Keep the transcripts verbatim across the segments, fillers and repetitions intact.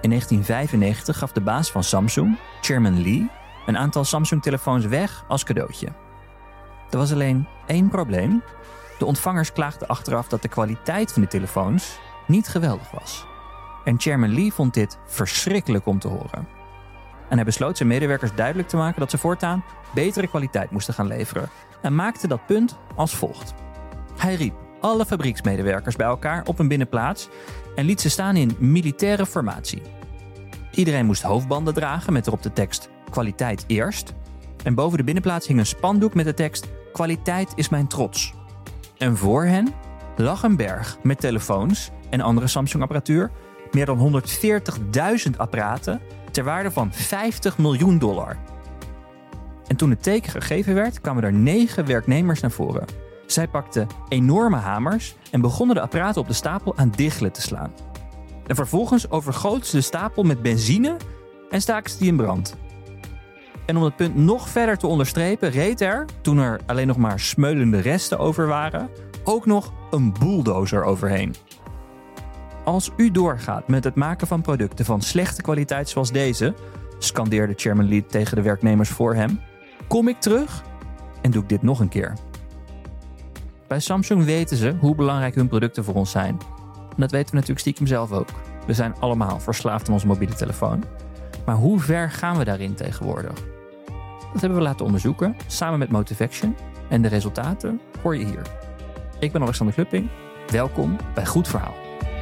In negentien vijfennegentig gaf de baas van Samsung, Chairman Lee, een aantal Samsung-telefoons weg als cadeautje. Er was alleen één probleem. De ontvangers klaagden achteraf dat de kwaliteit van de telefoons niet geweldig was. En Chairman Lee vond dit verschrikkelijk om te horen. En hij besloot zijn medewerkers duidelijk te maken dat ze voortaan betere kwaliteit moesten gaan leveren. En maakte dat punt als volgt. Hij riep alle fabrieksmedewerkers bij elkaar op een binnenplaats en liet ze staan in militaire formatie. Iedereen moest hoofdbanden dragen met erop de tekst kwaliteit eerst. En boven de binnenplaats hing een spandoek met de tekst kwaliteit is mijn trots. En voor hen lag een berg met telefoons en andere Samsung-apparatuur. Meer dan honderdveertigduizend apparaten ter waarde van vijftig miljoen dollar. En toen het teken gegeven werd, kwamen er negen werknemers naar voren. Zij pakten enorme hamers en begonnen de apparaten op de stapel aan diggelen te slaan. En vervolgens overgoten ze de stapel met benzine en staken ze die in brand. En om het punt nog verder te onderstrepen, reed er, toen er alleen nog maar smeulende resten over waren, ook nog een bulldozer overheen. Als u doorgaat met het maken van producten van slechte kwaliteit zoals deze, scandeerde Chairman Lee tegen de werknemers voor hem, kom ik terug en doe ik dit nog een keer. Bij Samsung weten ze hoe belangrijk hun producten voor ons zijn. En dat weten we natuurlijk stiekem zelf ook. We zijn allemaal verslaafd aan onze mobiele telefoon. Maar hoe ver gaan we daarin tegenwoordig? Dat hebben we laten onderzoeken, samen met Motivaction. En de resultaten hoor je hier. Ik ben Alexander Klupping. Welkom bij Goed Verhaal.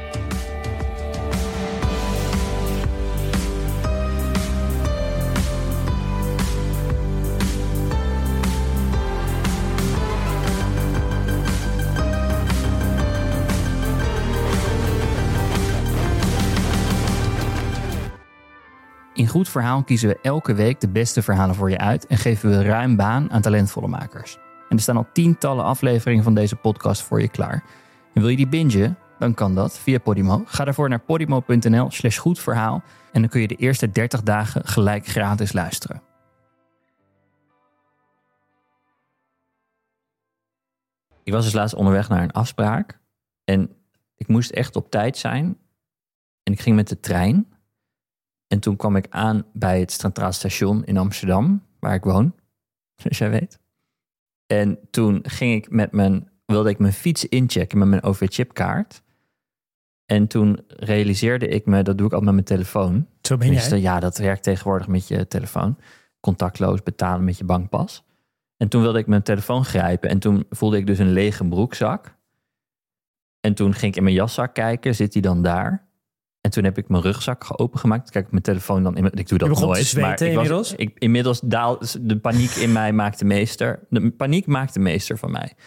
In Goed Verhaal kiezen we elke week de beste verhalen voor je uit en geven we ruim baan aan talentvolle makers. En er staan al tientallen afleveringen van deze podcast voor je klaar. En wil je die bingen? Dan kan dat via Podimo. Ga daarvoor naar podimo.nl slash goedverhaal en dan kun je de eerste dertig dagen gelijk gratis luisteren. Ik was dus laatst onderweg naar een afspraak en ik moest echt op tijd zijn. En ik ging met de trein. En toen kwam ik aan bij het Centraal Station in Amsterdam, waar ik woon, zoals jij weet. En toen ging ik met mijn, wilde ik mijn fiets inchecken met mijn O V-chipkaart. En toen realiseerde ik me, dat doe ik al met mijn telefoon. Zo ben jij? Ja, dat werkt tegenwoordig met je telefoon. Contactloos betalen met je bankpas. En toen wilde ik mijn telefoon grijpen en toen voelde ik dus een lege broekzak. En toen ging ik in mijn jaszak kijken, zit die dan daar? En toen heb ik mijn rugzak opengemaakt. Kijk, mijn telefoon dan. Ik doe dat je nooit. Te zweten, maar ik inmiddels? Was, ik, inmiddels daal de paniek in mij maakte meester. De paniek maakte meester van mij.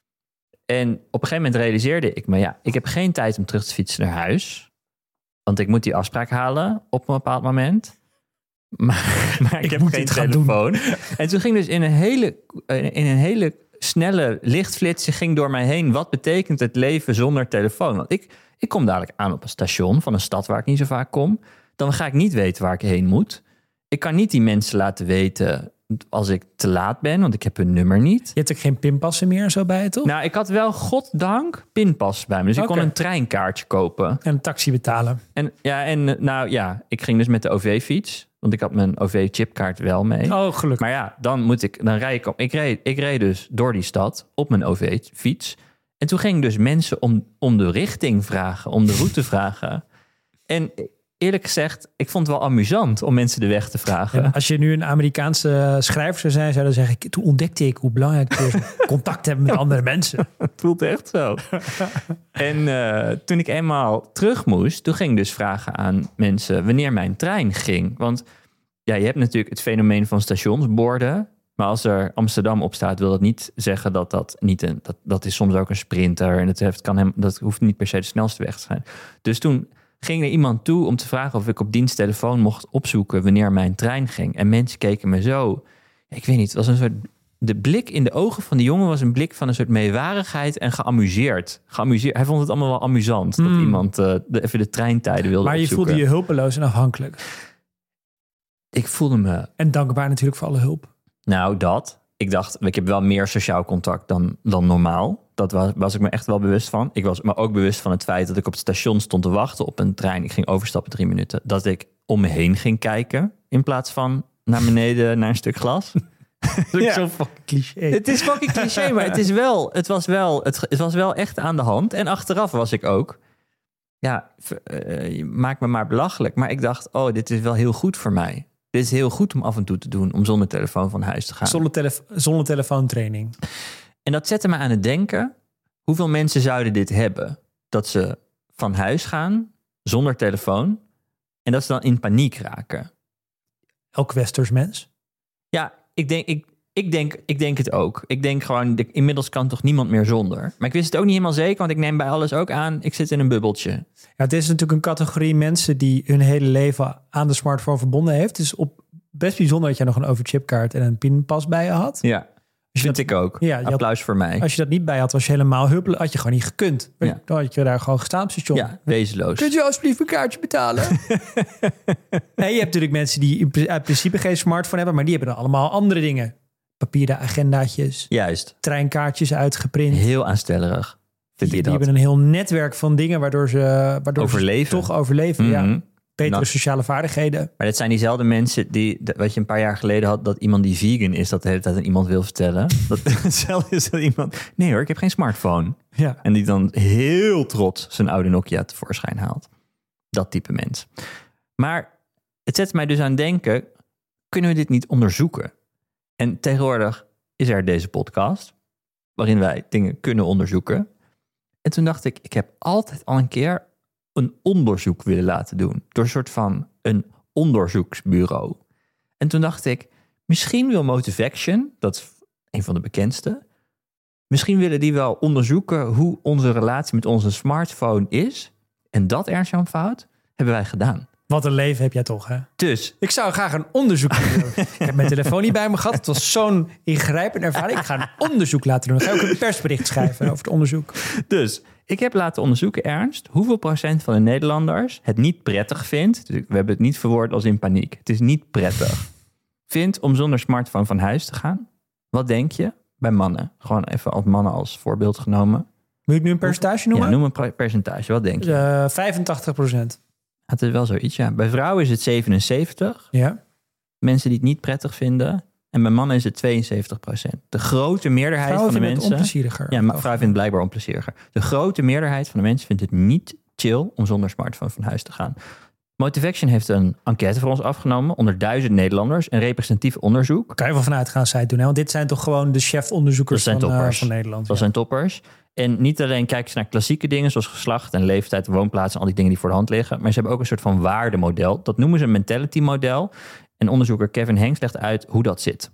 En op een gegeven moment realiseerde ik me, ja, ik heb geen tijd om terug te fietsen naar huis. Want ik moet die afspraak halen op een bepaald moment. Maar, maar ik, ik heb geen telefoon. En toen ging dus in een hele, in een hele snelle lichtflits ging door mij heen. Wat betekent het leven zonder telefoon? Want ik, ik kom dadelijk aan op een station van een stad waar ik niet zo vaak kom. Dan ga ik niet weten waar ik heen moet. Ik kan niet die mensen laten weten als ik te laat ben, want ik heb hun nummer niet. Je hebt ook geen pinpassen meer en zo bij je, toch? Nou, ik had wel, goddank, pinpas bij me. Dus okay. Ik kon een treinkaartje kopen. En een taxi betalen. En ja, en nou ja, ik ging dus met de O V-fiets. Want ik had mijn O V-chipkaart wel mee. Oh, gelukkig. Maar ja, dan moet ik, dan rijd ik, ik reed, ik reed dus door die stad op mijn O V-fiets. En toen gingen dus mensen om, om de richting vragen, om de route vragen. En eerlijk gezegd, ik vond het wel amusant om mensen de weg te vragen. Ja, als je nu een Amerikaanse schrijver zou zijn, zou dan zeggen, toen ontdekte ik hoe belangrijk het is contact hebben met andere mensen. Het voelt echt zo. En uh, toen ik eenmaal terug moest, toen ging ik dus vragen aan mensen wanneer mijn trein ging. Want ja, je hebt natuurlijk het fenomeen van stationsborden. Maar als er Amsterdam op staat, wil dat niet zeggen dat dat niet een... Dat, dat is soms ook een sprinter. En dat, heeft, kan hem, dat hoeft niet per se de snelste weg te zijn. Dus toen ging er iemand toe om te vragen of ik op diensttelefoon mocht opzoeken wanneer mijn trein ging. En mensen keken me zo... Ik weet niet, het was een soort... De blik in de ogen van die jongen was een blik van een soort meewarigheid en geamuseerd. geamuseerd. Hij vond het allemaal wel amusant mm. dat iemand uh, de, even de treintijden wilde maar opzoeken. Maar je voelde je hulpeloos en afhankelijk. Ik voelde me... En dankbaar natuurlijk voor alle hulp. Nou, dat. ik dacht, ik heb wel meer sociaal contact dan, dan normaal. Dat was, was ik me echt wel bewust van. Ik was me ook bewust van het feit dat ik op het station stond te wachten op een trein. Ik ging overstappen drie minuten. Dat ik om me heen ging kijken in plaats van naar beneden naar een stuk glas. Ja, zo fucking cliché. Het is fucking cliché, maar het, is wel, het, was wel, het, het was wel echt aan de hand. En achteraf was ik ook... Ja, uh, maak me maar belachelijk. Maar ik dacht, oh, dit is wel heel goed voor mij. Dit is heel goed om af en toe te doen, om zonder telefoon van huis te gaan. Zonder, telefo- zonder telefoontraining. En dat zette me aan het denken, hoeveel mensen zouden dit hebben? Dat ze van huis gaan, zonder telefoon, en dat ze dan in paniek raken. Elk westers mens? Ja, ik denk, ik, ik, denk, ik denk het ook. Ik denk gewoon, de, inmiddels kan toch niemand meer zonder. Maar ik wist het ook niet helemaal zeker, want ik neem bij alles ook aan, ik zit in een bubbeltje. Ja, het is natuurlijk een categorie mensen die hun hele leven aan de smartphone verbonden heeft. Het is op, best bijzonder dat jij nog een overchipkaart en een pinpas bij je had. Ja, vind dat, ik ook. Ja, Applaus had, voor mij. Als je dat niet bij had, was je helemaal huppelen. Had je gewoon niet gekund. Ja. Dan had je daar gewoon gestaan op station. Ja, wezenloos. Kunt je alsjeblieft een kaartje betalen? En je hebt natuurlijk mensen die in principe geen smartphone hebben, maar die hebben dan allemaal andere dingen. Papieren agendaatjes. Juist. Treinkaartjes uitgeprint. Heel aanstellerig. Vind die, je die hebben een heel netwerk van dingen waardoor ze, waardoor overleven. ze toch overleven. Mm-hmm. Ja. Betere nou, sociale vaardigheden. Maar dat zijn diezelfde mensen die, wat je een paar jaar geleden had, dat iemand die vegan is, dat de hele tijd aan iemand wil vertellen. Dat hetzelfde is dat iemand, nee hoor, ik heb geen smartphone. Ja. En die dan heel trots zijn oude Nokia tevoorschijn haalt. Dat type mens. Maar het zet mij dus aan het denken, kunnen we dit niet onderzoeken? En tegenwoordig is er deze podcast, waarin wij dingen kunnen onderzoeken. En toen dacht ik, ik heb altijd al een keer een onderzoek willen laten doen. Door een soort van een onderzoeksbureau. En toen dacht ik, misschien wil Motivaction, dat is een van de bekendste, misschien willen die wel onderzoeken hoe onze relatie met onze smartphone is. En dat, Ernst-Jan Fout, hebben wij gedaan. Wat een leven heb jij toch, hè? Dus. Ik zou graag een onderzoek doen. Ik heb mijn telefoon niet bij me gehad. Het was zo'n ingrijpende ervaring. Ik ga een onderzoek laten doen. Ik ga ook een persbericht schrijven over het onderzoek. Dus, ik heb laten onderzoeken, Ernst, hoeveel procent van de Nederlanders het niet prettig vindt. Dus we hebben het niet verwoord als in paniek. Het is niet prettig. Vindt om zonder smartphone van huis te gaan. Wat denk je bij mannen? Gewoon even als mannen als voorbeeld genomen. Moet ik nu een percentage noemen? Ja, noem een percentage. Wat denk je? Uh, vijfentachtig procent. Het is wel zoiets, ja. Bij vrouwen is het zevenenzeventig. Ja. Mensen die het niet prettig vinden. En bij mannen is het tweeënzeventig procent. De grote meerderheid vrouwen van de mensen... onplezieriger. Ja, maar vrouwen vinden het blijkbaar onplezieriger. De grote meerderheid van de mensen vindt het niet chill om zonder smartphone van huis te gaan. Motivaction heeft een enquête voor ons afgenomen onder duizend Nederlanders. Een representatief onderzoek. Kan je wel vanuit gaan zij doen, hè? Want dit zijn toch gewoon de chef-onderzoekers van, uh, van Nederland. Dat ja. zijn toppers. En niet alleen kijken ze naar klassieke dingen zoals geslacht en leeftijd, woonplaats en al die dingen die voor de hand liggen. Maar ze hebben ook een soort van waardemodel. Dat noemen ze een mentality model. En onderzoeker Kevin Hengst legt uit hoe dat zit.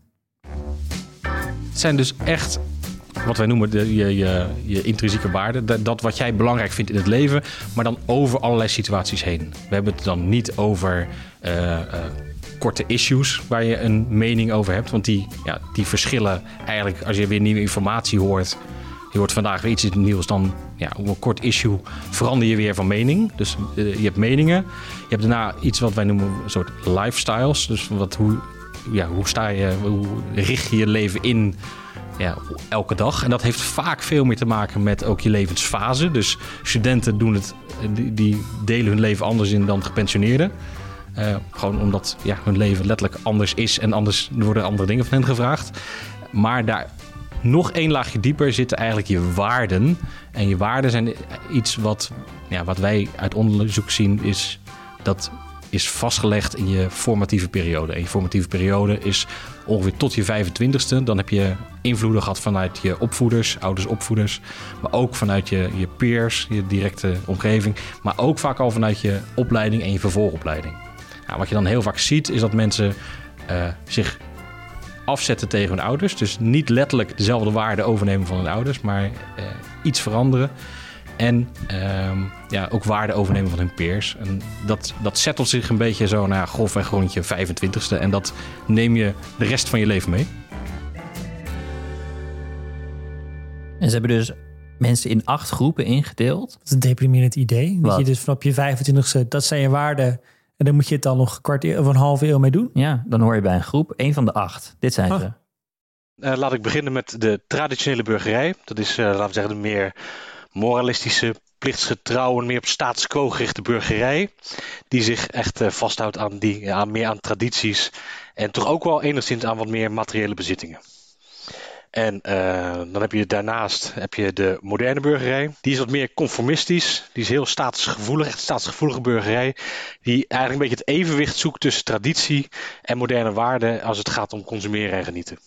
Het zijn dus echt wat wij noemen de, je, je, je intrinsieke waarden. Dat, dat wat jij belangrijk vindt in het leven, maar dan over allerlei situaties heen. We hebben het dan niet over uh, uh, korte issues waar je een mening over hebt. Want die, ja, die verschillen eigenlijk als je weer nieuwe informatie hoort. Je hoort vandaag weer iets nieuws, dan ja, op een kort issue verander je weer van mening. Dus uh, je hebt meningen. Je hebt daarna iets wat wij noemen een soort lifestyles. Dus wat, hoe, ja, hoe sta je, hoe richt je je leven in ja, elke dag? En dat heeft vaak veel meer te maken met ook je levensfase. Dus studenten doen het, die, die delen hun leven anders in dan gepensioneerden. Uh, gewoon omdat ja, hun leven letterlijk anders is en anders er worden andere dingen van hen gevraagd. Maar daar nog één laagje dieper zitten eigenlijk je waarden. En je waarden zijn iets wat, ja, wat wij uit onderzoek zien is dat is vastgelegd in je formatieve periode. En je formatieve periode is ongeveer tot je vijfentwintigste. Dan heb je invloeden gehad vanuit je opvoeders, ouders, opvoeders. Maar ook vanuit je, je peers, je directe omgeving. Maar ook vaak al vanuit je opleiding en je vervolgopleiding. Nou, wat je dan heel vaak ziet is dat mensen uh, zich afzetten tegen hun ouders. Dus niet letterlijk dezelfde waarden overnemen van hun ouders, maar uh, iets veranderen. En uh, ja, ook waarden overnemen van hun peers. En dat, dat settelt zich een beetje zo naar grof en grondje vijfentwintigste. En dat neem je de rest van je leven mee. En ze hebben dus mensen in acht groepen ingedeeld. Dat is een deprimerend idee. Wat? Dat je dus vanaf je vijfentwintigste, dat zijn je waarden. En dan moet je het dan nog een kwart of een halve eeuw mee doen. Ja, dan hoor je bij een groep één van de acht. Dit zijn oh. ze. Uh, laat ik beginnen met de traditionele burgerij. Dat is, uh, laten we zeggen, de meer moralistische, plichtsgetrouwe, meer op status quo gerichte burgerij. Die zich echt uh, vasthoudt aan, die, ja, meer aan tradities en toch ook wel enigszins aan wat meer materiële bezittingen. En uh, dan heb je daarnaast heb je de moderne burgerij. Die is wat meer conformistisch. Die is heel statusgevoelig, echt statusgevoelige burgerij. Die eigenlijk een beetje het evenwicht zoekt tussen traditie en moderne waarden als het gaat om consumeren en genieten.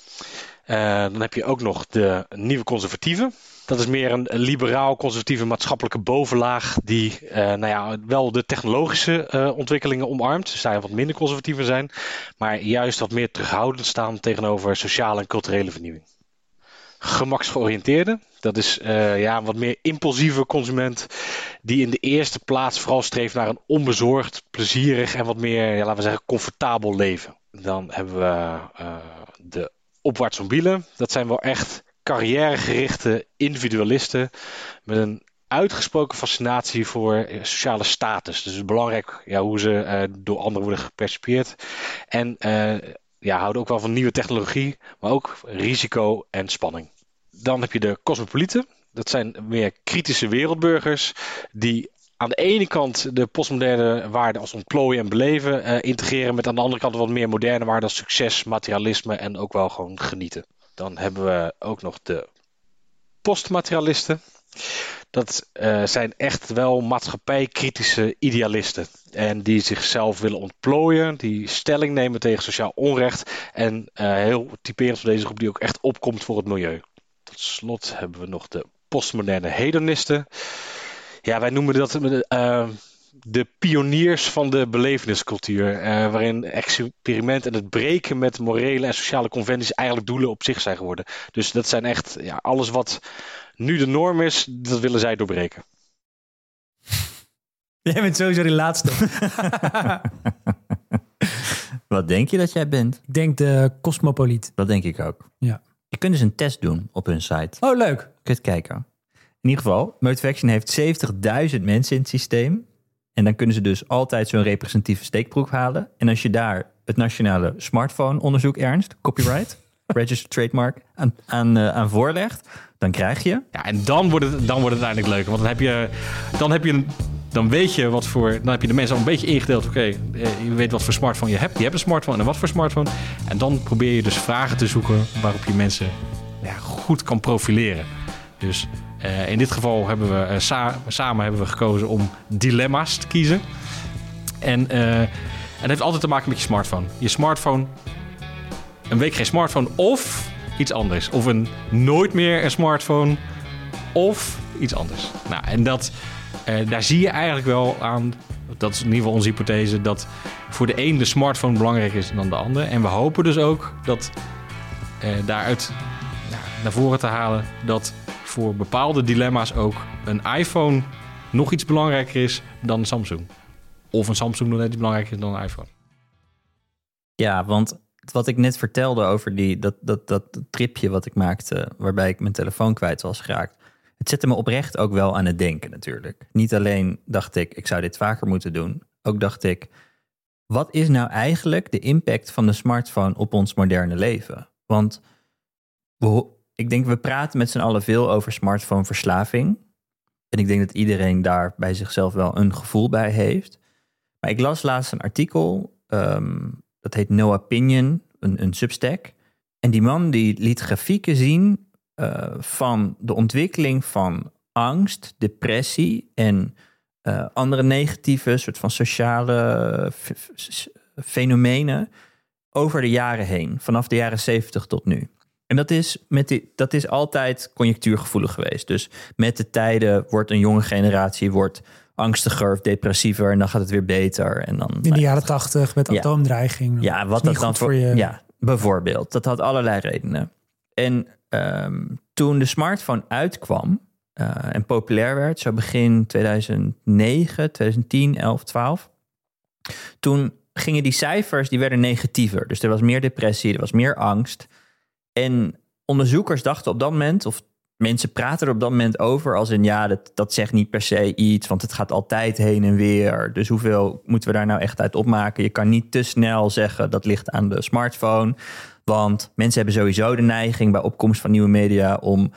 Uh, dan heb je ook nog de nieuwe conservatieven. Dat is meer een liberaal-conservatieve maatschappelijke bovenlaag die uh, nou ja, wel de technologische uh, ontwikkelingen omarmt. Dus daar wat minder conservatiever zijn. Maar juist wat meer terughoudend staan tegenover sociale en culturele vernieuwing. Gemaksgeoriënteerde. Dat is uh, ja, een wat meer impulsieve consument die in de eerste plaats vooral streeft naar een onbezorgd, plezierig en wat meer, ja, laten we zeggen, comfortabel leven. Dan hebben we uh, de opwaarts mobielen. Dat zijn wel echt carrièregerichte individualisten met een uitgesproken fascinatie voor sociale status. Dus het is belangrijk ja, hoe ze uh, door anderen worden gepercipieerd. En uh, ja, houden ook wel van nieuwe technologie, maar ook risico en spanning. Dan heb je de cosmopolieten. Dat zijn meer kritische wereldburgers die aan de ene kant de postmoderne waarden als ontplooien en beleven uh, integreren, met aan de andere kant wat meer moderne waarden als succes, materialisme en ook wel gewoon genieten. Dan hebben we ook nog de postmaterialisten. Dat uh, zijn echt wel maatschappijkritische idealisten. En die zichzelf willen ontplooien, die stelling nemen tegen sociaal onrecht. En uh, heel typerend voor deze groep die ook echt opkomt voor het milieu. Tot slot hebben we nog de postmoderne hedonisten. Ja, wij noemen dat uh, de pioniers van de beleveniscultuur. Uh, waarin experiment en het breken met morele en sociale conventies eigenlijk doelen op zich zijn geworden. Dus dat zijn echt ja, alles wat nu de norm is, dat willen zij doorbreken. Jij bent sowieso die laatste. Wat denk je dat jij bent? Ik denk de cosmopoliet. Dat denk ik ook. Ja. Je kunt dus een test doen op hun site. Oh, leuk. Kun je het kijken. In ieder geval, Motivaction heeft zeventigduizend mensen in het systeem. En dan kunnen ze dus altijd zo'n representatieve steekproef halen. En als je daar het nationale smartphone-onderzoek, Ernst, copyright, registered trademark, aan, aan, uh, aan voorlegt, dan krijg je... Ja, en dan wordt het, dan wordt het uiteindelijk leuker. Want dan heb je, dan heb je een, dan weet je wat voor, dan heb je de mensen al een beetje ingedeeld. Oké, okay, je weet wat voor smartphone je hebt. Je hebt een smartphone en wat voor smartphone. En dan probeer je dus vragen te zoeken waarop je mensen ja, goed kan profileren. Dus uh, in dit geval hebben we uh, sa- samen hebben we gekozen om dilemma's te kiezen. En uh, het heeft altijd te maken met je smartphone. Je smartphone, een week geen smartphone of iets anders. Of een nooit meer een smartphone of iets anders. Nou, en dat, uh, daar zie je eigenlijk wel aan, dat is in ieder geval onze hypothese, dat voor de een de smartphone belangrijker is dan de ander. En we hopen dus ook dat uh, daaruit nou, naar voren te halen dat voor bepaalde dilemma's ook een iPhone nog iets belangrijker is dan een Samsung. Of een Samsung nog net iets belangrijker is dan een iPhone. Ja, want wat ik net vertelde over die, dat, dat, dat tripje wat ik maakte, waarbij ik mijn telefoon kwijt was geraakt, het zette me oprecht ook wel aan het denken natuurlijk. Niet alleen dacht ik, ik zou dit vaker moeten doen. Ook dacht ik, wat is nou eigenlijk de impact van de smartphone op ons moderne leven? Want we, ik denk, we praten met z'n allen veel over smartphoneverslaving. En ik denk dat iedereen daar bij zichzelf wel een gevoel bij heeft. Maar ik las laatst een artikel, um, dat heet No Opinion, een, een Substack. En die man die liet grafieken zien uh, van de ontwikkeling van angst, depressie en uh, andere negatieve soort van sociale f- f- fenomenen over de jaren heen, vanaf de jaren zeventig tot nu. En dat is, met die, dat is altijd conjunctuurgevoelig geweest. Dus met de tijden wordt een jonge generatie wordt angstiger of depressiever en dan gaat het weer beter. En dan, in de jaren tachtig met ja. atoomdreiging. Ja, wat dat dan voor, voor je... Ja, bijvoorbeeld. Dat had allerlei redenen. En um, toen de smartphone uitkwam uh, en populair werd, zo begin tweeduizend negen, tweeduizend tien, elf, twaalf, toen gingen die cijfers, die werden negatiever. Dus er was meer depressie, er was meer angst. En onderzoekers dachten op dat moment, of mensen praten er op dat moment over als in, ja, dat, dat zegt niet per se iets, want het gaat altijd heen en weer. Dus hoeveel moeten we daar nou echt uit opmaken? Je kan niet te snel zeggen, dat ligt aan de smartphone. Want mensen hebben sowieso de neiging bij opkomst van nieuwe media om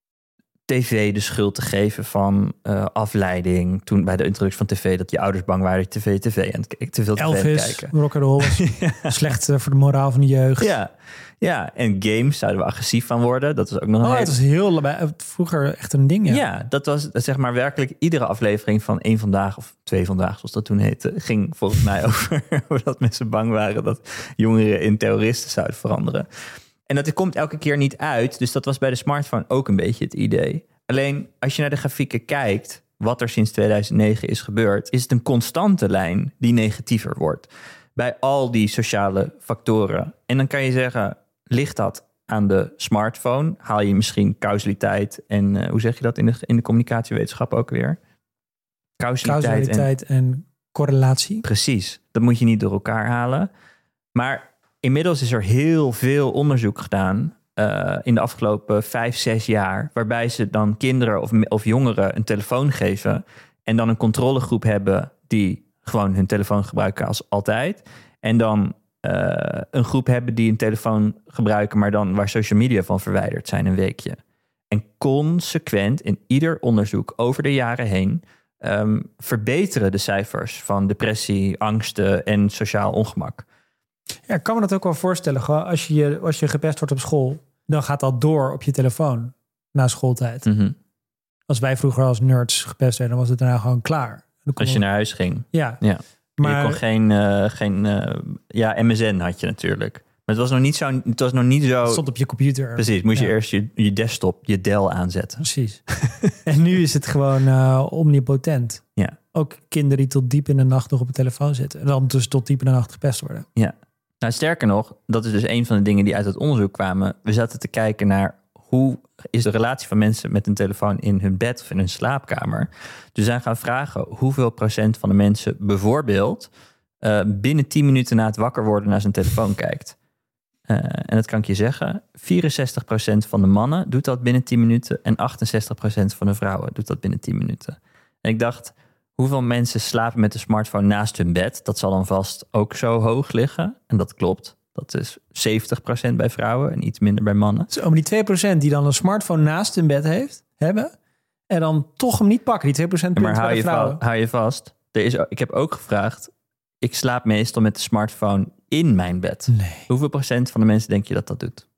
tv de schuld te geven van uh, afleiding. Toen bij de introductie van tv dat je ouders bang waren dat je tv, tv en te veel tv aan het Elvis, kijken. rock'n'roll was ja. slecht uh, voor de moraal van de jeugd. Ja, ja, en games zouden we agressief van worden. Dat was ook nog een Oh, hele... het was heel vroeger echt een ding. Ja, ja, dat was zeg maar werkelijk iedere aflevering van één Vandaag of twee Vandaag, zoals dat toen heette, ging volgens mij over, over dat mensen bang waren dat jongeren in terroristen zouden veranderen. En dat komt elke keer niet uit. Dus dat was bij de smartphone ook een beetje het idee. Alleen als je naar de grafieken kijkt, wat er sinds tweeduizend negen is gebeurd, is het een constante lijn die negatiever wordt. Bij al die sociale factoren. En dan kan je zeggen, ligt dat aan de smartphone? Haal je misschien causaliteit en uh, hoe zeg je dat in de, in de communicatiewetenschap ook weer? Causaliteit, causaliteit en, en correlatie. Precies, dat moet je niet door elkaar halen. Maar inmiddels is er heel veel onderzoek gedaan uh, in de afgelopen vijf, zes jaar, waarbij ze dan kinderen of, of jongeren een telefoon geven en dan een controlegroep hebben die gewoon hun telefoon gebruiken als altijd. En dan uh, een groep hebben die een telefoon gebruiken, maar dan waar social media van verwijderd zijn een weekje. En consequent in ieder onderzoek over de jaren heen um, verbeteren de cijfers van depressie, angsten en sociaal ongemak. Ja, ik kan me dat ook wel voorstellen. Gewoon als je, als je gepest wordt op school, dan gaat dat door op je telefoon na schooltijd. Mm-hmm. Als wij vroeger als nerds gepest werden, dan was het daarna gewoon klaar. Als je naar huis ging. Ja. ja. Maar je kon geen... Uh, geen uh, ja, M S N had je natuurlijk. Maar het was nog niet zo... Het was nog niet zo... Het stond op je computer. Precies. Moest ja. je eerst je, je desktop, je Dell aanzetten. Precies. En nu is het gewoon uh, omnipotent. Ja. Ook kinderen die tot diep in de nacht nog op de telefoon zitten. En dan dus tot diep in de nacht gepest worden. Ja. Nou, sterker nog, dat is dus een van de dingen die uit het onderzoek kwamen. We zaten te kijken naar hoe is de relatie van mensen met een telefoon in hun bed of in hun slaapkamer. Dus we zijn gaan vragen hoeveel procent van de mensen bijvoorbeeld uh, binnen tien minuten na het wakker worden naar zijn telefoon kijkt. Uh, en dat kan ik je zeggen, vierenzestig procent van de mannen doet dat binnen tien minuten en achtenzestig procent van de vrouwen doet dat binnen tien minuten. En ik dacht, hoeveel mensen slapen met de smartphone naast hun bed? Dat zal dan vast ook zo hoog liggen. En dat klopt. Dat is zeventig procent bij vrouwen en iets minder bij mannen. Zo, maar die twee procent die dan een smartphone naast hun bed heeft, hebben, en dan toch hem niet pakken. Die twee procent Ja, maar bij hou de je, vrouwen. va- hou je vast. Er is, ik heb ook gevraagd, ik slaap meestal met de smartphone in mijn bed. Nee. Hoeveel procent van de mensen denk je dat dat doet?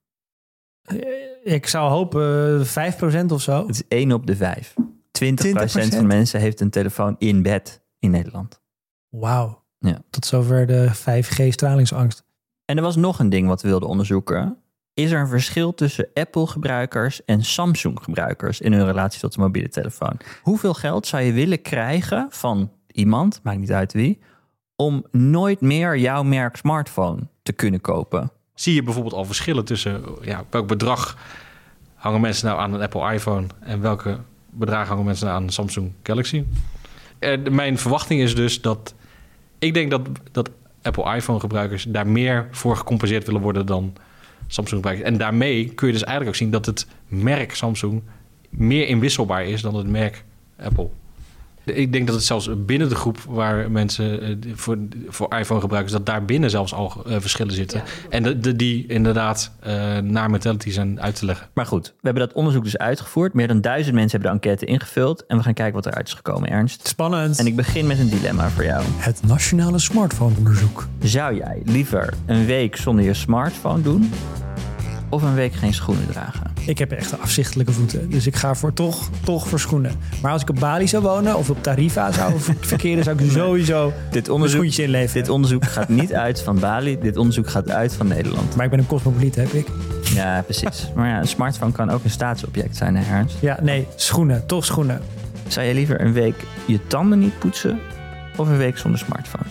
Ik zou hopen vijf procent of zo. Het is één op de vijf. twintig procent van de mensen heeft een telefoon in bed in Nederland. Wauw. Ja. Tot zover de vijf G stralingsangst. En er was nog een ding wat we wilden onderzoeken. Is er een verschil tussen Apple-gebruikers en Samsung-gebruikers in hun relatie tot de mobiele telefoon? Hoeveel geld zou je willen krijgen van iemand, maakt niet uit wie, om nooit meer jouw merk smartphone te kunnen kopen? Zie je bijvoorbeeld al verschillen tussen ja, welk bedrag hangen mensen nou aan een Apple iPhone en welke bedragen hangen mensen nou aan een Samsung Galaxy? En mijn verwachting is dus dat ik denk dat, dat Apple iPhone gebruikers daar meer voor gecompenseerd willen worden dan Samsung gebruikers. En daarmee kun je dus eigenlijk ook zien dat het merk Samsung meer inwisselbaar is dan het merk Apple. Ik denk dat het zelfs binnen de groep waar mensen uh, voor, voor iPhone-gebruikers, dat daar binnen zelfs al uh, verschillen zitten. Ja. En de, de, die inderdaad uh, naar mentality zijn uit te leggen. Maar goed, we hebben dat onderzoek dus uitgevoerd. Meer dan duizend mensen hebben de enquête ingevuld. En we gaan kijken wat eruit is gekomen, Ernst. Spannend. En ik begin met een dilemma voor jou. Het nationale smartphone-onderzoek. Zou jij liever een week zonder je smartphone doen of een week geen schoenen dragen? Ik heb echt afzichtelijke voeten, dus ik ga voor toch, toch voor schoenen. Maar als ik op Bali zou wonen of op Tarifa zou verkeren, zou ik sowieso dit onderzoek, schoentjes inleveren. Dit onderzoek gaat niet uit van Bali, dit onderzoek gaat uit van Nederland. Maar ik ben een cosmopoliet, heb ik. Ja, precies. Maar ja, een smartphone kan ook een staatsobject zijn, hè, Ernst? Ja, nee, schoenen, toch schoenen. Zou je liever een week je tanden niet poetsen of een week zonder smartphone?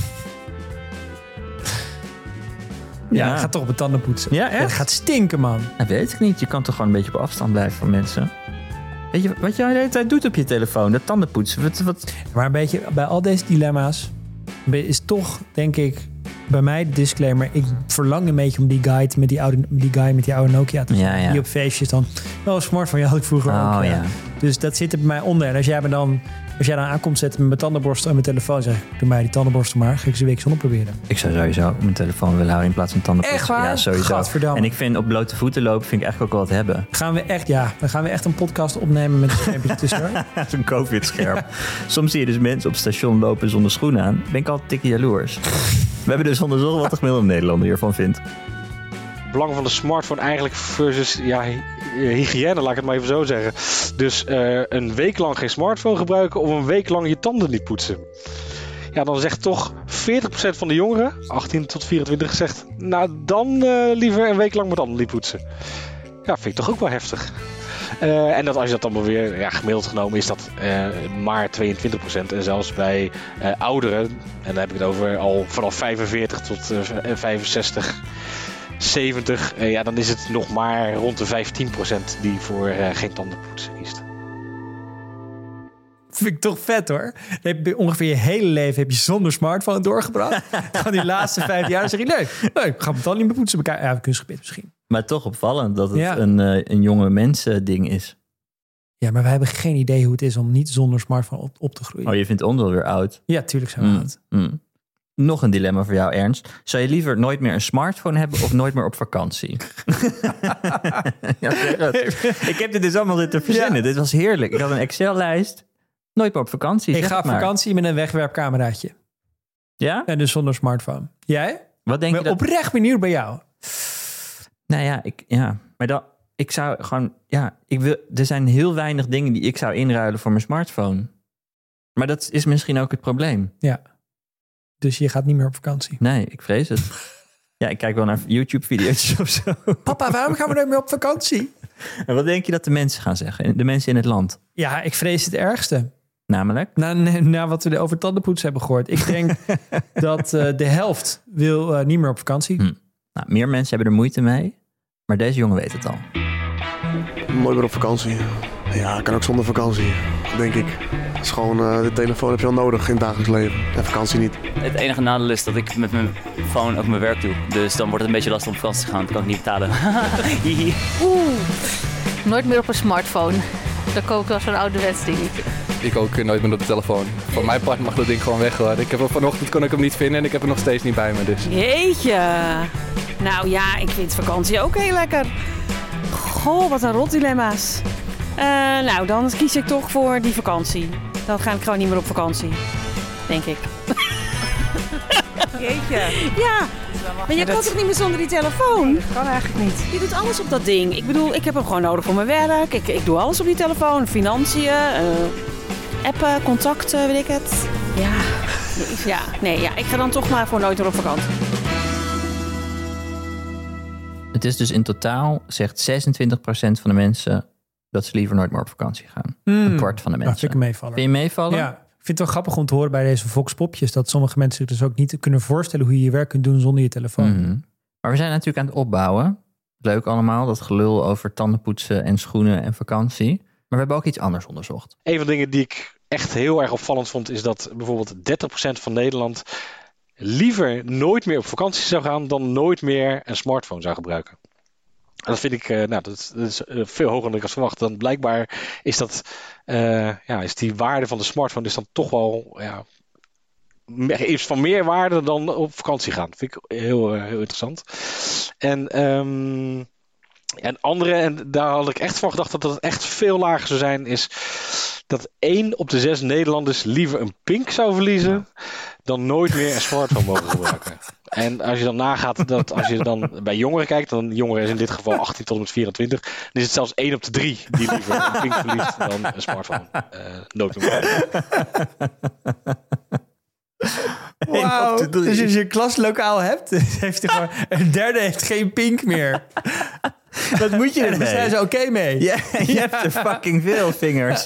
Ja, ja. Ik ga toch op mijn tanden poetsen. Ja, echt? Het gaat stinken, man. Dat weet ik niet. Je kan toch gewoon een beetje op afstand blijven van mensen. Weet je wat jij de hele tijd doet op je telefoon? Dat tanden poetsen. Wat, wat... Maar een beetje bij al deze dilemma's is toch, denk ik, bij mij de disclaimer. Ik verlang een beetje om die guy met die oude, die guy met die oude Nokia te ja, ja. Die op feestjes dan. Oh, smartphone, ja, had ik vroeger oh, ook. Ja. Ja. Dus dat zit er bij mij onder. En als jij me dan Als jij dan aankomt zetten met mijn tandenborstel en mijn telefoon, zeg ik, doe mij die tandenborstel maar. Ga ik ze een week zonder proberen. Ik zou sowieso mijn telefoon willen houden in plaats van tandenborstel. Echt waar? Ja, sowieso. Gadverdamme. En ik vind op blote voeten lopen vind ik eigenlijk ook wel wat hebben. Gaan we echt, ja, dan gaan we echt een podcast opnemen met een schermpje tussen. Zo'n COVID-scherm. Soms zie je dus mensen op het station lopen zonder schoenen aan. Ben ik altijd tikkie jaloers. We hebben dus onderzocht wat de gemiddelde Nederlander hiervan vindt. Belang van de smartphone eigenlijk versus ja, hygiëne, laat ik het maar even zo zeggen. Dus uh, een week lang geen smartphone gebruiken of een week lang je tanden niet poetsen. Ja, dan zegt toch veertig procent van de jongeren, achttien tot vierentwintig, zegt nou dan uh, liever een week lang mijn tanden niet poetsen. Ja, vind ik toch ook wel heftig. Uh, en dat als je dat dan weer, ja, gemiddeld genomen is dat uh, maar tweeëntwintig procent. En zelfs bij uh, ouderen, en dan heb ik het over al vanaf vijfenveertig tot uh, vijfenzestig, zeventig, uh, ja, dan is het nog maar rond de vijftien procent die voor uh, geen tandenpoetsen kiest. Vind ik toch vet hoor. Dan heb je ongeveer je hele leven heb je zonder smartphone doorgebracht. Dan die laatste vijf jaar zeg je leuk. Leuk, ga mijn tanden niet meer poetsen. Elkaar. Ja, kunstgebied misschien. Maar toch opvallend dat het ja. een, uh, een jonge mensen ding is. Ja, maar wij hebben geen idee hoe het is om niet zonder smartphone op, op te groeien. Oh, je vindt ons alweer oud. Ja, tuurlijk zijn we mm, oud. Mm. Nog een dilemma voor jou, Ernst. Zou je liever nooit meer een smartphone hebben of nooit meer op vakantie? Ja, ik heb dit dus allemaal zitten verzinnen. Ja. Dit was heerlijk. Ik had een Excel-lijst. Nooit meer op vakantie. Ik ga op vakantie met een wegwerpcameraatje. Ja? En dus zonder smartphone. Jij? Wat denk ik ben je dat... oprecht benieuwd bij jou. Nou ja, ik, ja. maar dat, ik zou gewoon... Ja, ik wil, er zijn heel weinig dingen die ik zou inruilen voor mijn smartphone. Maar dat is misschien ook het probleem. Ja. Dus je gaat niet meer op vakantie? Nee, ik vrees het. Ja, ik kijk wel naar YouTube-video's of zo. Papa, waarom gaan we nooit meer op vakantie? En wat denk je dat de mensen gaan zeggen? De mensen in het land? Ja, ik vrees het ergste. Namelijk? Na, na wat we over tandenpoetsen hebben gehoord. Ik denk dat uh, de helft wil uh, niet meer op vakantie. Hm. Nou, meer mensen hebben er moeite mee. Maar deze jongen weet het al. Nooit meer op vakantie. Ja, kan ook zonder vakantie, denk ik. Het is gewoon, uh, de telefoon heb je al nodig in het dagelijks leven. En vakantie niet. Het enige nadeel is dat ik met mijn phone ook mijn werk doe. Dus dan wordt het een beetje lastig om op vakantie te gaan. Dat kan ik niet betalen. Oeh, nooit meer op een smartphone. Dan koop ik wel zo'n ouderwets dingetje. Ik ook nooit meer op de telefoon. Voor mijn part mag dat ding gewoon weg hoor. Ik heb hem vanochtend kon ik hem niet vinden en ik heb hem nog steeds niet bij me. Dus. Jeetje. Nou ja, ik vind vakantie ook heel lekker. Goh, wat een rot dilemma's. Uh, nou, dan kies ik toch voor die vakantie. Dan ga ik gewoon niet meer op vakantie. Denk ik. Jeetje. Ja. Maar je ja, kan dat... toch niet meer zonder die telefoon? Nee, dat kan eigenlijk niet. Je doet alles op dat ding. Ik bedoel, ik heb hem gewoon nodig voor mijn werk. Ik, ik doe alles op die telefoon. Financiën, uh, appen, contacten, weet ik het. Ja. Ja, nee, ja. Ik ga dan toch maar voor nooit meer op vakantie. Het is dus in totaal, zegt zesentwintig procent van de mensen dat ze liever nooit meer op vakantie gaan. Hmm. Een kwart van de mensen. Nou, vind ik meevallen. Vind je meevallen? Ja. Ik vind het wel grappig om te horen bij deze Vox-popjes dat sommige mensen zich dus ook niet kunnen voorstellen hoe je je werk kunt doen zonder je telefoon. Mm-hmm. Maar we zijn natuurlijk aan het opbouwen. Leuk allemaal, dat gelul over tandenpoetsen en schoenen en vakantie. Maar we hebben ook iets anders onderzocht. Een van de dingen die ik echt heel erg opvallend vond is dat bijvoorbeeld dertig procent van Nederland liever nooit meer op vakantie zou gaan dan nooit meer een smartphone zou gebruiken. En dat vind ik, uh, nou, dat, dat is uh, veel hoger dan ik had verwacht. Dan blijkbaar is dat, uh, ja, is die waarde van de smartphone is dan toch wel, ja, is van meer waarde dan op vakantie gaan. Dat vind ik heel, uh, heel interessant. En, um, en andere, en daar had ik echt van gedacht dat dat echt veel lager zou zijn, is dat één op de zes Nederlanders liever een pink zou verliezen dan nooit meer een smartphone mogen gebruiken. En als je dan nagaat dat als je dan bij jongeren kijkt, dan jongeren is in dit geval achttien tot en met vierentwintig, dan is het zelfs één op de drie die liever een pink verliest dan een smartphone uh, nooit meer. Wauw, dus als je een klaslokaal hebt, heeft hij gewoon een derde heeft geen pink meer. Wat moet je ermee? Daar zijn ze oké okay mee. Ja, je hebt er fucking veel vingers.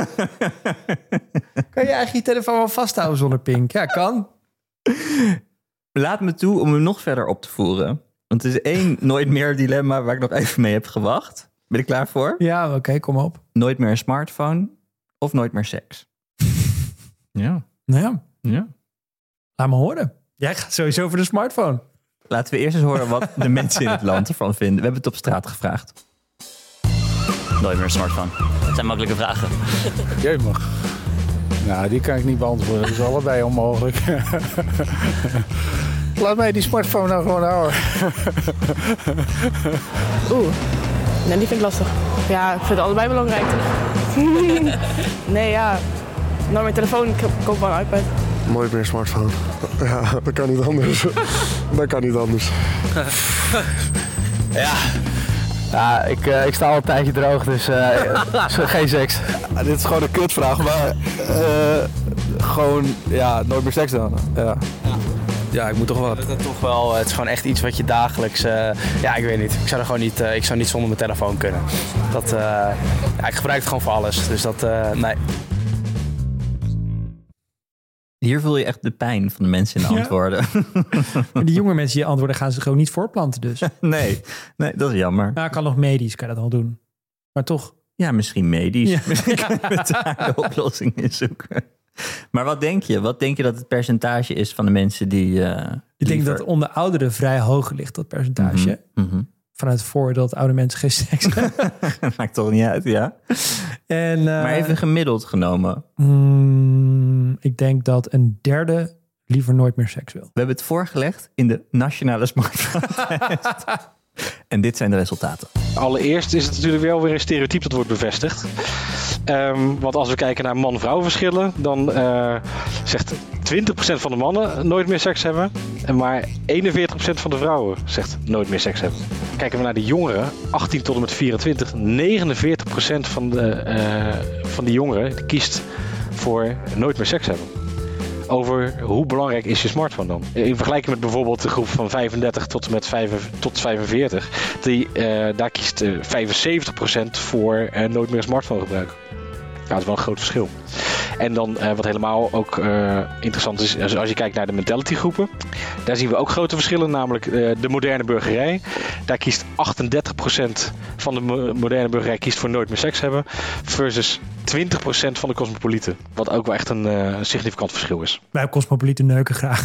Kan je eigenlijk je telefoon wel vasthouden zonder pink? Ja, kan. Laat me toe om hem nog verder op te voeren. Want het is één nooit meer dilemma waar ik nog even mee heb gewacht. Ben je klaar voor? Ja, oké, okay, kom op. Nooit meer een smartphone of nooit meer seks? Ja. Nou ja. Ja. Laat me horen. Jij gaat sowieso voor de smartphone. Laten we eerst eens horen wat de mensen in het land ervan vinden. We hebben het op straat gevraagd. Nooit meer een smartphone. Dat zijn makkelijke vragen. Jij mag. Nou, die kan ik niet beantwoorden. Dat is allebei onmogelijk. Laat mij die smartphone nou gewoon houden. Oeh, nee, die vind ik lastig. Ja, ik vind het allebei belangrijk. Nee, ja. Nou, mijn telefoon, ik koop maar een iPad. Nooit meer smartphone. Ja, dat kan niet anders. Dat kan niet anders. Ja. Ja, ik, uh, ik sta al een tijdje droog, dus uh, geen seks. Ja, dit is gewoon een kutvraag, maar uh, gewoon, ja, nooit meer seks dan. Ja. Ja. Ja, ik moet toch wel. Dat is toch wel, het is gewoon echt iets wat je dagelijks, uh, ja, ik weet niet. Ik zou er gewoon niet, uh, ik zou niet zonder mijn telefoon kunnen. Dat, uh, ja, ik gebruik het gewoon voor alles, dus dat, uh, nee. Hier voel je echt de pijn van de mensen in de Ja. antwoorden. Maar die jonge mensen die antwoorden gaan zich gewoon niet voortplanten dus. nee, nee, dat is jammer. Nou, kan nog medisch, kan je dat al doen. Maar toch. Ja, misschien medisch. Ja. Misschien kunnen we daar de oplossing in zoeken. Maar wat denk je? Wat denk je dat het percentage is van de mensen die... Uh, Ik denk liever... dat onder ouderen vrij hoog ligt, dat percentage. Mm-hmm. Mm-hmm. Vanuit het voordeel dat oude mensen geen seks hebben. Maakt toch niet uit, ja. En, uh, maar even gemiddeld genomen. Mm, ik denk dat een derde liever nooit meer seks wil. We hebben het voorgelegd in de Nationale Smartphone-test. En dit zijn de resultaten. Allereerst is het natuurlijk wel weer een stereotype dat wordt bevestigd. Um, want als we kijken naar man-vrouw verschillen, dan uh, zegt twintig procent van de mannen nooit meer seks hebben. En maar eenenveertig procent van de vrouwen zegt nooit meer seks hebben. Kijken we naar de jongeren, achttien tot en met vierentwintig, negenenveertig procent van de, uh, van die jongeren die kiest voor nooit meer seks hebben. Over hoe belangrijk is je smartphone dan? In vergelijking met bijvoorbeeld de groep van vijfendertig tot en met vijf, tot vijfenveertig. Die, uh, daar kiest uh, vijfenzeventig procent voor uh, nooit meer een smartphone gebruiken. Ja, dat is wel een groot verschil. En dan uh, wat helemaal ook uh, interessant is, als, als je kijkt naar de mentality groepen. Daar zien we ook grote verschillen, namelijk uh, de moderne burgerij. Daar kiest achtendertig procent van de mo- moderne burgerij kiest voor nooit meer seks hebben. Versus twintig procent van de cosmopolieten. Wat ook wel echt een uh, significant verschil is. Wij cosmopolieten neuken graag.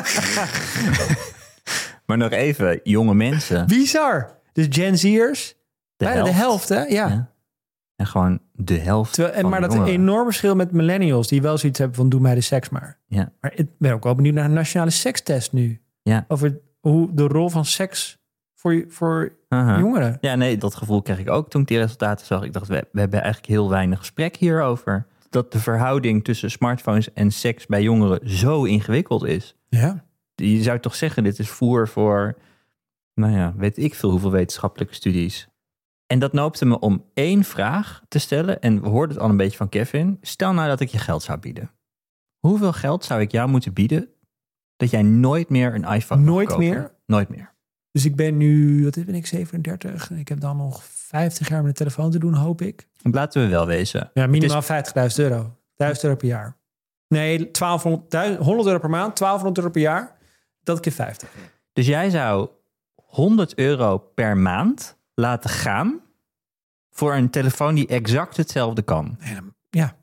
Maar nog even, jonge mensen. Bizar. Dus Gen Z'ers, De bijna helft. de helft, hè? Ja. Ja. En gewoon de helft. Terwijl, en van maar de dat is een jongeren. enorm verschil met millennials, die wel zoiets hebben van doe mij de seks maar. Ja. Maar ik ben ook wel benieuwd naar een nationale sekstest nu. Ja. Over hoe de rol van seks voor, voor Aha. jongeren. Ja, nee, dat gevoel kreeg ik ook toen ik die resultaten zag. Ik dacht, we, we hebben eigenlijk heel weinig gesprek hierover. Dat de verhouding tussen smartphones en seks bij jongeren zo ingewikkeld is. Ja. Je zou toch zeggen, dit is voer voor, nou ja, weet ik veel hoeveel wetenschappelijke studies. En dat noopte me om één vraag te stellen. En we hoorden het al een beetje van Kevin. Stel nou dat ik je geld zou bieden. Hoeveel geld zou ik jou moeten bieden dat jij nooit meer een iPhone mag Nooit kopen? meer? Nooit meer. Dus ik ben nu, wat ben ik, zevenendertig. Ik heb dan nog vijftig jaar met de telefoon te doen, hoop ik. Laten we wel wezen. Ja, minimaal Het is- vijftigduizend euro. duizend euro per jaar. Nee, twaalfhonderd, honderd euro per maand, twaalfhonderd euro per jaar. Dat keer vijftig. Dus jij zou honderd euro per maand laten gaan voor een telefoon die exact hetzelfde kan. Ja.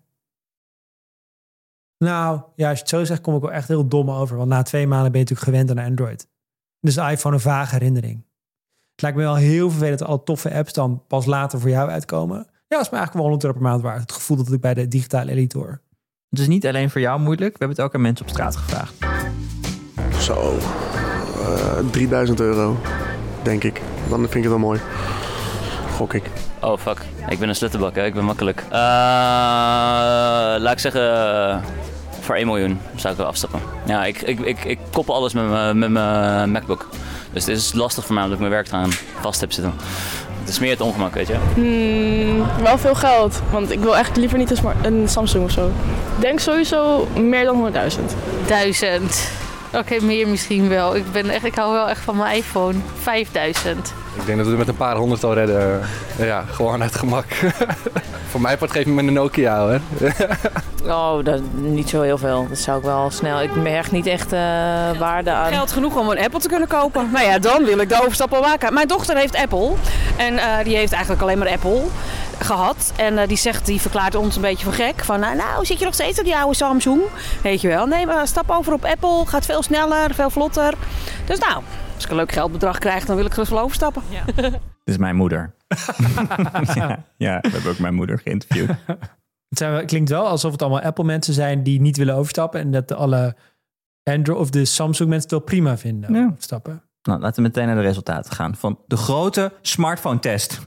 Nou, ja, als je het zo zegt, kom ik wel echt heel dom over. Want na twee maanden ben je natuurlijk gewend aan Android. Dus de iPhone een vage herinnering. Het lijkt me wel heel vervelend dat alle toffe apps dan pas later voor jou uitkomen. Ja, dat is me eigenlijk wel honderd euro per maand waard. Het gevoel dat ik bij de digitale elite hoor. Het is niet alleen voor jou moeilijk. We hebben het ook aan mensen op straat gevraagd. Zo, uh, drieduizend euro, denk ik. Dan vind ik het wel mooi. Gok ik. Oh, fuck. Ik ben een sluttenbak, hè. Ik ben makkelijk. Uh, laat ik zeggen, uh, voor één miljoen zou ik wel afstappen. Ja, ik, ik, ik, ik koppel alles met mijn met mijn MacBook. Dus het is lastig voor mij omdat ik mijn werk eraan vast heb zitten. Het is meer het ongemak, weet je. Hmm, wel veel geld, want ik wil eigenlijk liever niet een, smart, een Samsung of zo. Ik denk sowieso meer dan honderdduizend. Duizend. Oké, okay, meer misschien wel. Ik, ben echt, ik hou wel echt van mijn iPhone. Vijfduizend. Ik denk dat we met een paar honderd al redden. Ja, gewoon uit gemak. Voor mijn part geef je me een Nokia, hoor. Oh, dat, niet zo heel veel. Dat zou ik wel snel. Ik merk niet echt uh, waarde aan. Geld genoeg om een Apple te kunnen kopen. Nou ja, dan wil ik de overstap wel maken. Mijn dochter heeft Apple. En uh, die heeft eigenlijk alleen maar Apple gehad. En uh, die zegt, die verklaart ons een beetje voor gek. Van, nou, nou zit je nog steeds op die oude Samsung? Weet je wel. Nee, maar stap over op Apple. Gaat veel sneller, veel vlotter. Dus nou, als ik een leuk geldbedrag krijg, dan wil ik gerust wel overstappen. Ja. Dit is mijn moeder. ja, ja, we hebben ook mijn moeder geïnterviewd. Het, zijn, het klinkt wel alsof het allemaal Apple mensen zijn die niet willen overstappen. En dat de alle Android of de Samsung mensen het wel prima vinden. Ja. Overstappen. Nou, laten we meteen naar de resultaten gaan van de grote smartphone test.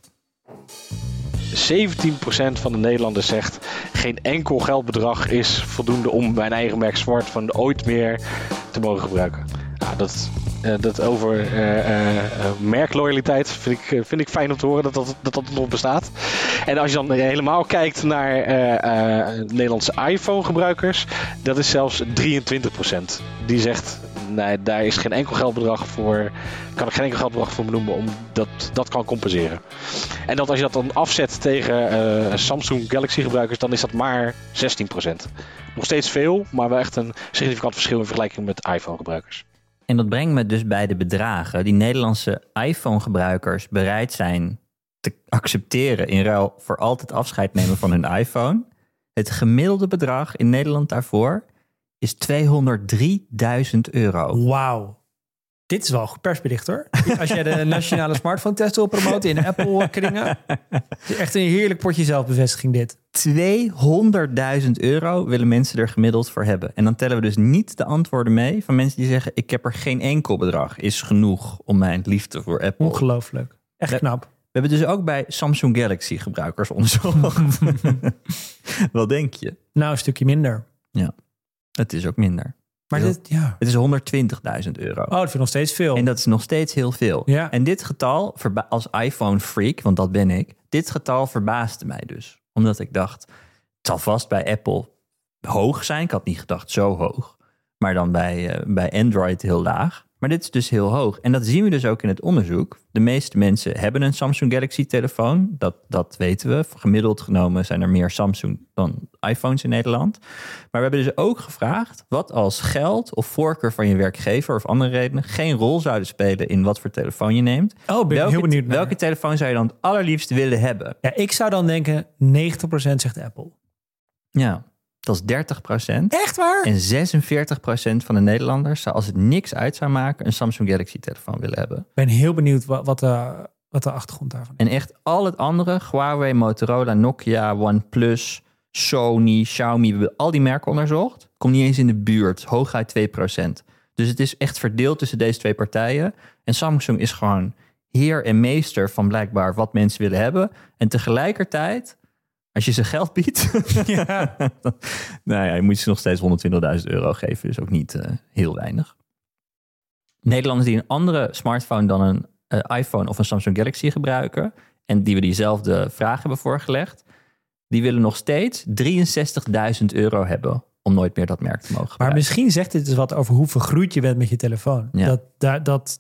zeventien procent van de Nederlanders zegt... geen enkel geldbedrag is voldoende om mijn eigen merk smartphone ooit meer te mogen gebruiken. Ja, dat, uh, dat over uh, uh, uh, merkloyaliteit vind ik, uh, vind ik fijn om te horen dat dat, dat dat nog bestaat. En als je dan helemaal kijkt naar uh, uh, Nederlandse iPhone-gebruikers... dat is zelfs drieëntwintig procent. Die zegt... nee, daar is geen enkel geldbedrag voor. Kan ik geen enkel geldbedrag voor benoemen om dat dat kan compenseren. En dat als je dat dan afzet tegen uh, Samsung Galaxy gebruikers, dan is dat maar zestien procent. Nog steeds veel, maar wel echt een significant verschil in vergelijking met iPhone gebruikers. En dat brengt me dus bij de bedragen die Nederlandse iPhone gebruikers bereid zijn te accepteren in ruil voor altijd afscheid nemen van hun iPhone. Het gemiddelde bedrag in Nederland daarvoor is tweehonderddrieduizend euro. Wauw. Dit is wel een goed persbericht hoor. Als jij de nationale smartphone test wil promoten in de Apple kringen. Echt een heerlijk potje zelfbevestiging dit. tweehonderdduizend euro willen mensen er gemiddeld voor hebben. En dan tellen we dus niet de antwoorden mee van mensen die zeggen... ik heb er geen enkel bedrag, is genoeg om mijn liefde voor Apple. Ongelooflijk. Echt knap. We hebben dus ook bij Samsung Galaxy gebruikers onderzocht. Wat denk je? Nou, een stukje minder. Ja, het is ook minder. Maar Heel, dit, ja. Het is honderdtwintigduizend euro. Oh, dat vind ik nog steeds veel. En dat is nog steeds heel veel. Ja. En dit getal, als iPhone-freak, want dat ben ik... dit getal verbaasde mij dus. Omdat ik dacht, het zal vast bij Apple hoog zijn. Ik had niet gedacht zo hoog. Maar dan bij, uh, bij Android heel laag. Maar dit is dus heel hoog. En dat zien we dus ook in het onderzoek. De meeste mensen hebben een Samsung Galaxy-telefoon. Dat, dat weten we. Gemiddeld genomen zijn er meer Samsung dan iPhones in Nederland. Maar we hebben dus ook gevraagd... wat als geld of voorkeur van je werkgever of andere redenen... geen rol zouden spelen in wat voor telefoon je neemt. Oh, ben ik welke, heel benieuwd naar. Welke telefoon zou je dan het allerliefst willen hebben? Ja, ik zou dan denken negentig procent zegt Apple. Ja. Dat is dertig procent. Echt waar? En zesenveertig procent van de Nederlanders zou, als het niks uit zou maken, een Samsung Galaxy-telefoon willen hebben. Ik ben heel benieuwd wat, wat, de, wat de achtergrond daarvan is. En echt al het andere, Huawei, Motorola, Nokia, OnePlus, Sony, Xiaomi, we hebben al die merken onderzocht. Komt niet eens in de buurt, hooguit twee procent. Dus het is echt verdeeld tussen deze twee partijen. En Samsung is gewoon heer en meester van blijkbaar wat mensen willen hebben. En tegelijkertijd... als je ze geld biedt, ja. nou ja, je moet ze nog steeds honderdtwintigduizend euro geven. Dus ook niet uh, heel weinig. Nederlanders die een andere smartphone dan een uh, iPhone of een Samsung Galaxy gebruiken... en die we diezelfde vraag hebben voorgelegd... die willen nog steeds drieënzestigduizend euro hebben... om nooit meer dat merk te mogen gebruiken. Maar misschien zegt dit dus wat over hoe vergroeid je bent met je telefoon. Ja. Dat, dat, dat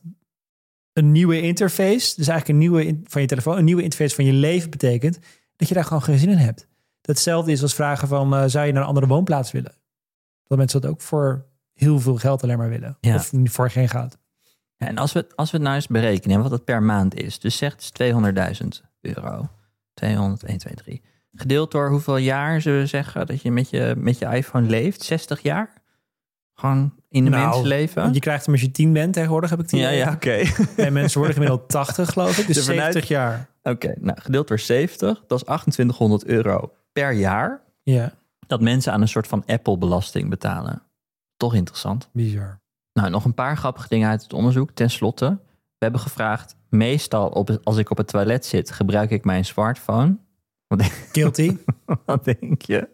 een nieuwe interface, dus eigenlijk een nieuwe in, van je telefoon... een nieuwe interface van je leven betekent... dat je daar gewoon geen zin in hebt. Datzelfde is als vragen van... Uh, zou je naar een andere woonplaats willen? Dat mensen dat ook voor heel veel geld alleen maar willen. Ja. Of voor geen geld. Ja, en als we, als we het nou eens berekenen... wat het per maand is. Dus zegt het is tweehonderdduizend euro. tweehonderd, één, twee, drie. Gedeeld door hoeveel jaar zullen we zeggen... dat je met je, met je iPhone leeft? zestig jaar? Gewoon in de nou, mensenleven? Je krijgt hem als je tien bent tegenwoordig, heb ik tien. Ja, ja, oké. Okay. En mensen worden gemiddeld tachtig, geloof ik. Dus de vanuit... zeventig jaar. Oké, okay, nou, gedeeld door zeventig, dat is achtentwintighonderd euro per jaar. Ja. Dat mensen aan een soort van Apple-belasting betalen. Toch interessant. Bizar. Nou, nog een paar grappige dingen uit het onderzoek. Ten slotte, we hebben gevraagd... meestal op, als ik op het toilet zit, gebruik ik mijn smartphone. Wat denk... Guilty. Wat denk je?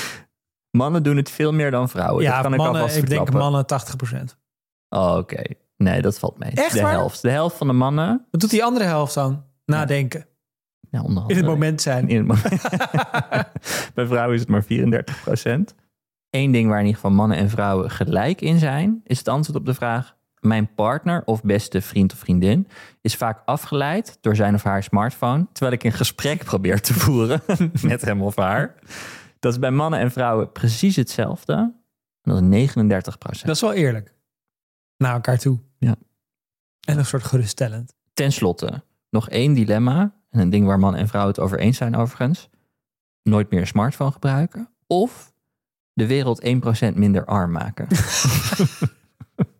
Mannen doen het veel meer dan vrouwen. Ja, dat kan mannen, ik alvast ik verklappen. denk mannen tachtig procent. Oh, oké. Okay. Nee, dat valt mee. Echt de waar? helft. De helft van de mannen. Wat doet die andere helft dan? Nadenken. Ja, onder in het moment zijn. In het moment. Bij vrouwen is het maar vierendertig procent. Eén ding waar in ieder geval mannen en vrouwen gelijk in zijn... is het antwoord op de vraag... mijn partner of beste vriend of vriendin... is vaak afgeleid door zijn of haar smartphone... terwijl ik een gesprek probeer te voeren met hem of haar... Dat is bij mannen en vrouwen precies hetzelfde. En dat is negenendertig procent. Dat is wel eerlijk. Naar elkaar toe. Ja. En een soort geruststellend. Ten slotte, nog één dilemma. En een ding waar man en vrouw het over eens zijn overigens. Nooit meer een smartphone gebruiken. Of de wereld één procent minder arm maken.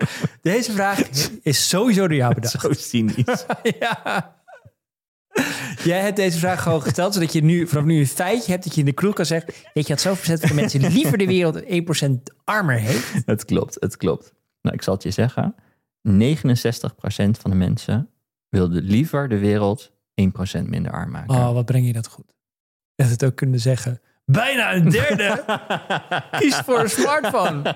Deze vraag is sowieso door jou bedacht. Zo cynisch. Ja. Jij hebt deze vraag gewoon gesteld, zodat je nu vanaf nu een feitje hebt dat je in de kroeg kan zeggen, weet je, had zoveel procent van de mensen liever de wereld één procent armer heeft. Het klopt, het klopt. Nou, ik zal het je zeggen. negenenzestig procent van de mensen wilde liever de wereld één procent minder arm maken. Oh, wat breng je dat goed. Je had het ook kunnen zeggen. Bijna een derde kiest voor een smartphone.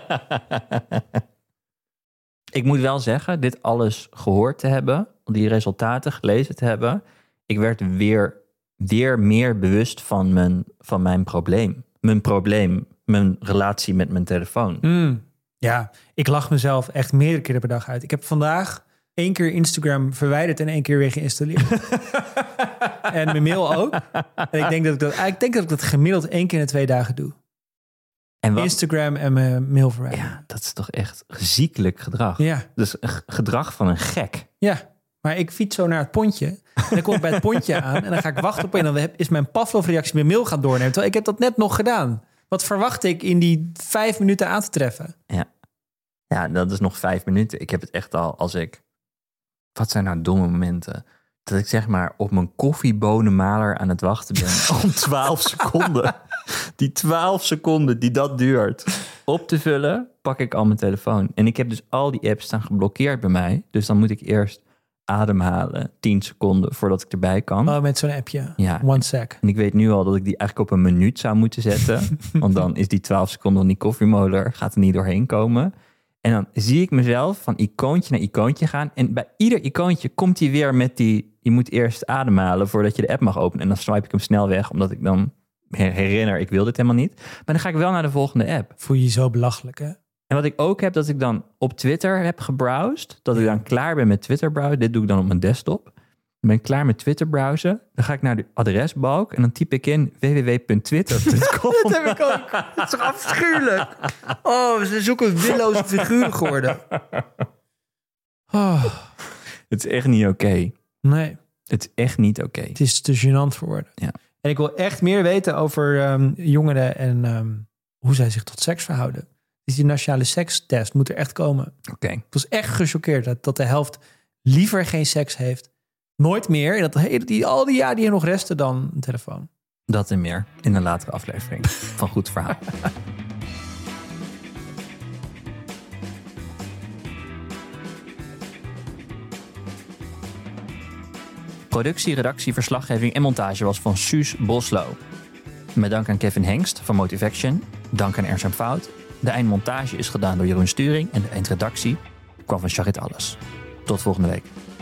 Ik moet wel zeggen, dit alles gehoord te hebben, die resultaten gelezen te hebben, ik werd weer, weer meer bewust van mijn, van mijn probleem. Mijn probleem, mijn relatie met mijn telefoon. Mm, ja, ik lach mezelf echt meerdere keren per dag uit. Ik heb vandaag één keer Instagram verwijderd en één keer weer geïnstalleerd. En mijn mail ook. En ik denk dat ik dat, ik denk dat ik dat gemiddeld één keer in de twee dagen doe. En wat, Instagram en mijn mail verwijderen. Ja, dat is toch echt ziekelijk gedrag. Ja. Dus een g- gedrag van een gek. Ja, maar ik fiets zo naar het pontje. En dan kom ik bij het pontje aan. En dan ga ik wachten op en dan is mijn Pavlov-reactie mijn mail gaan doornemen. Terwijl ik heb dat net nog gedaan. Wat verwacht ik in die vijf minuten aan te treffen? Ja. Ja, dat is nog vijf minuten. Ik heb het echt al als ik... Wat zijn nou domme momenten? Dat ik zeg maar op mijn koffiebonenmaler aan het wachten ben. Om twaalf seconden. Die twaalf seconden die dat duurt. Op te vullen, pak ik al mijn telefoon. En ik heb dus al die apps staan geblokkeerd bij mij. Dus dan moet ik eerst ademhalen. tien seconden voordat ik erbij kan. Oh, met zo'n appje. Ja. One sec. En ik weet nu al dat ik die eigenlijk op een minuut zou moeten zetten. Want dan is die twaalf seconden van die koffiemoler gaat er niet doorheen komen. En dan zie ik mezelf van icoontje naar icoontje gaan. En bij ieder icoontje komt hij weer met die... Je moet eerst ademhalen voordat je de app mag openen. En dan swipe ik hem snel weg, omdat ik dan herinner... Ik wil dit helemaal niet. Maar dan ga ik wel naar de volgende app. Voel je je zo belachelijk, hè? En wat ik ook heb, dat ik dan op Twitter heb gebrowsed. Dat ik dan klaar ben met Twitter browsen. Dit doe ik dan op mijn desktop. Dan ben ik klaar met Twitter browsen. Dan ga ik naar de adresbalk en dan typ ik in w w w punt twitter punt com. Dat heb ik ook. Dat is toch afschuwelijk? Oh, we zijn zulke willoze figuren geworden. Oh. Het is echt niet oké. Okay. Nee. Het is echt niet oké. Okay. Het is te gênant voor woorden. Ja. En ik wil echt meer weten over um, jongeren en um, hoe zij zich tot seks verhouden. Dus die nationale sekstest moet er echt komen. Oké. Okay. Ik was echt gechoqueerd dat, dat de helft liever geen seks heeft. Nooit meer. En dat hele, die, al die jaar die er nog resten dan een telefoon. Dat en meer in een latere aflevering van Goed Verhaal. Productie, redactie, verslaggeving en montage was van Suus Boslo. Met dank aan Kevin Hengst van Motivaction. Dank aan Ernst en Fout. De eindmontage is gedaan door Jeroen Sturing en de eindredactie kwam van Charit Alles. Tot volgende week.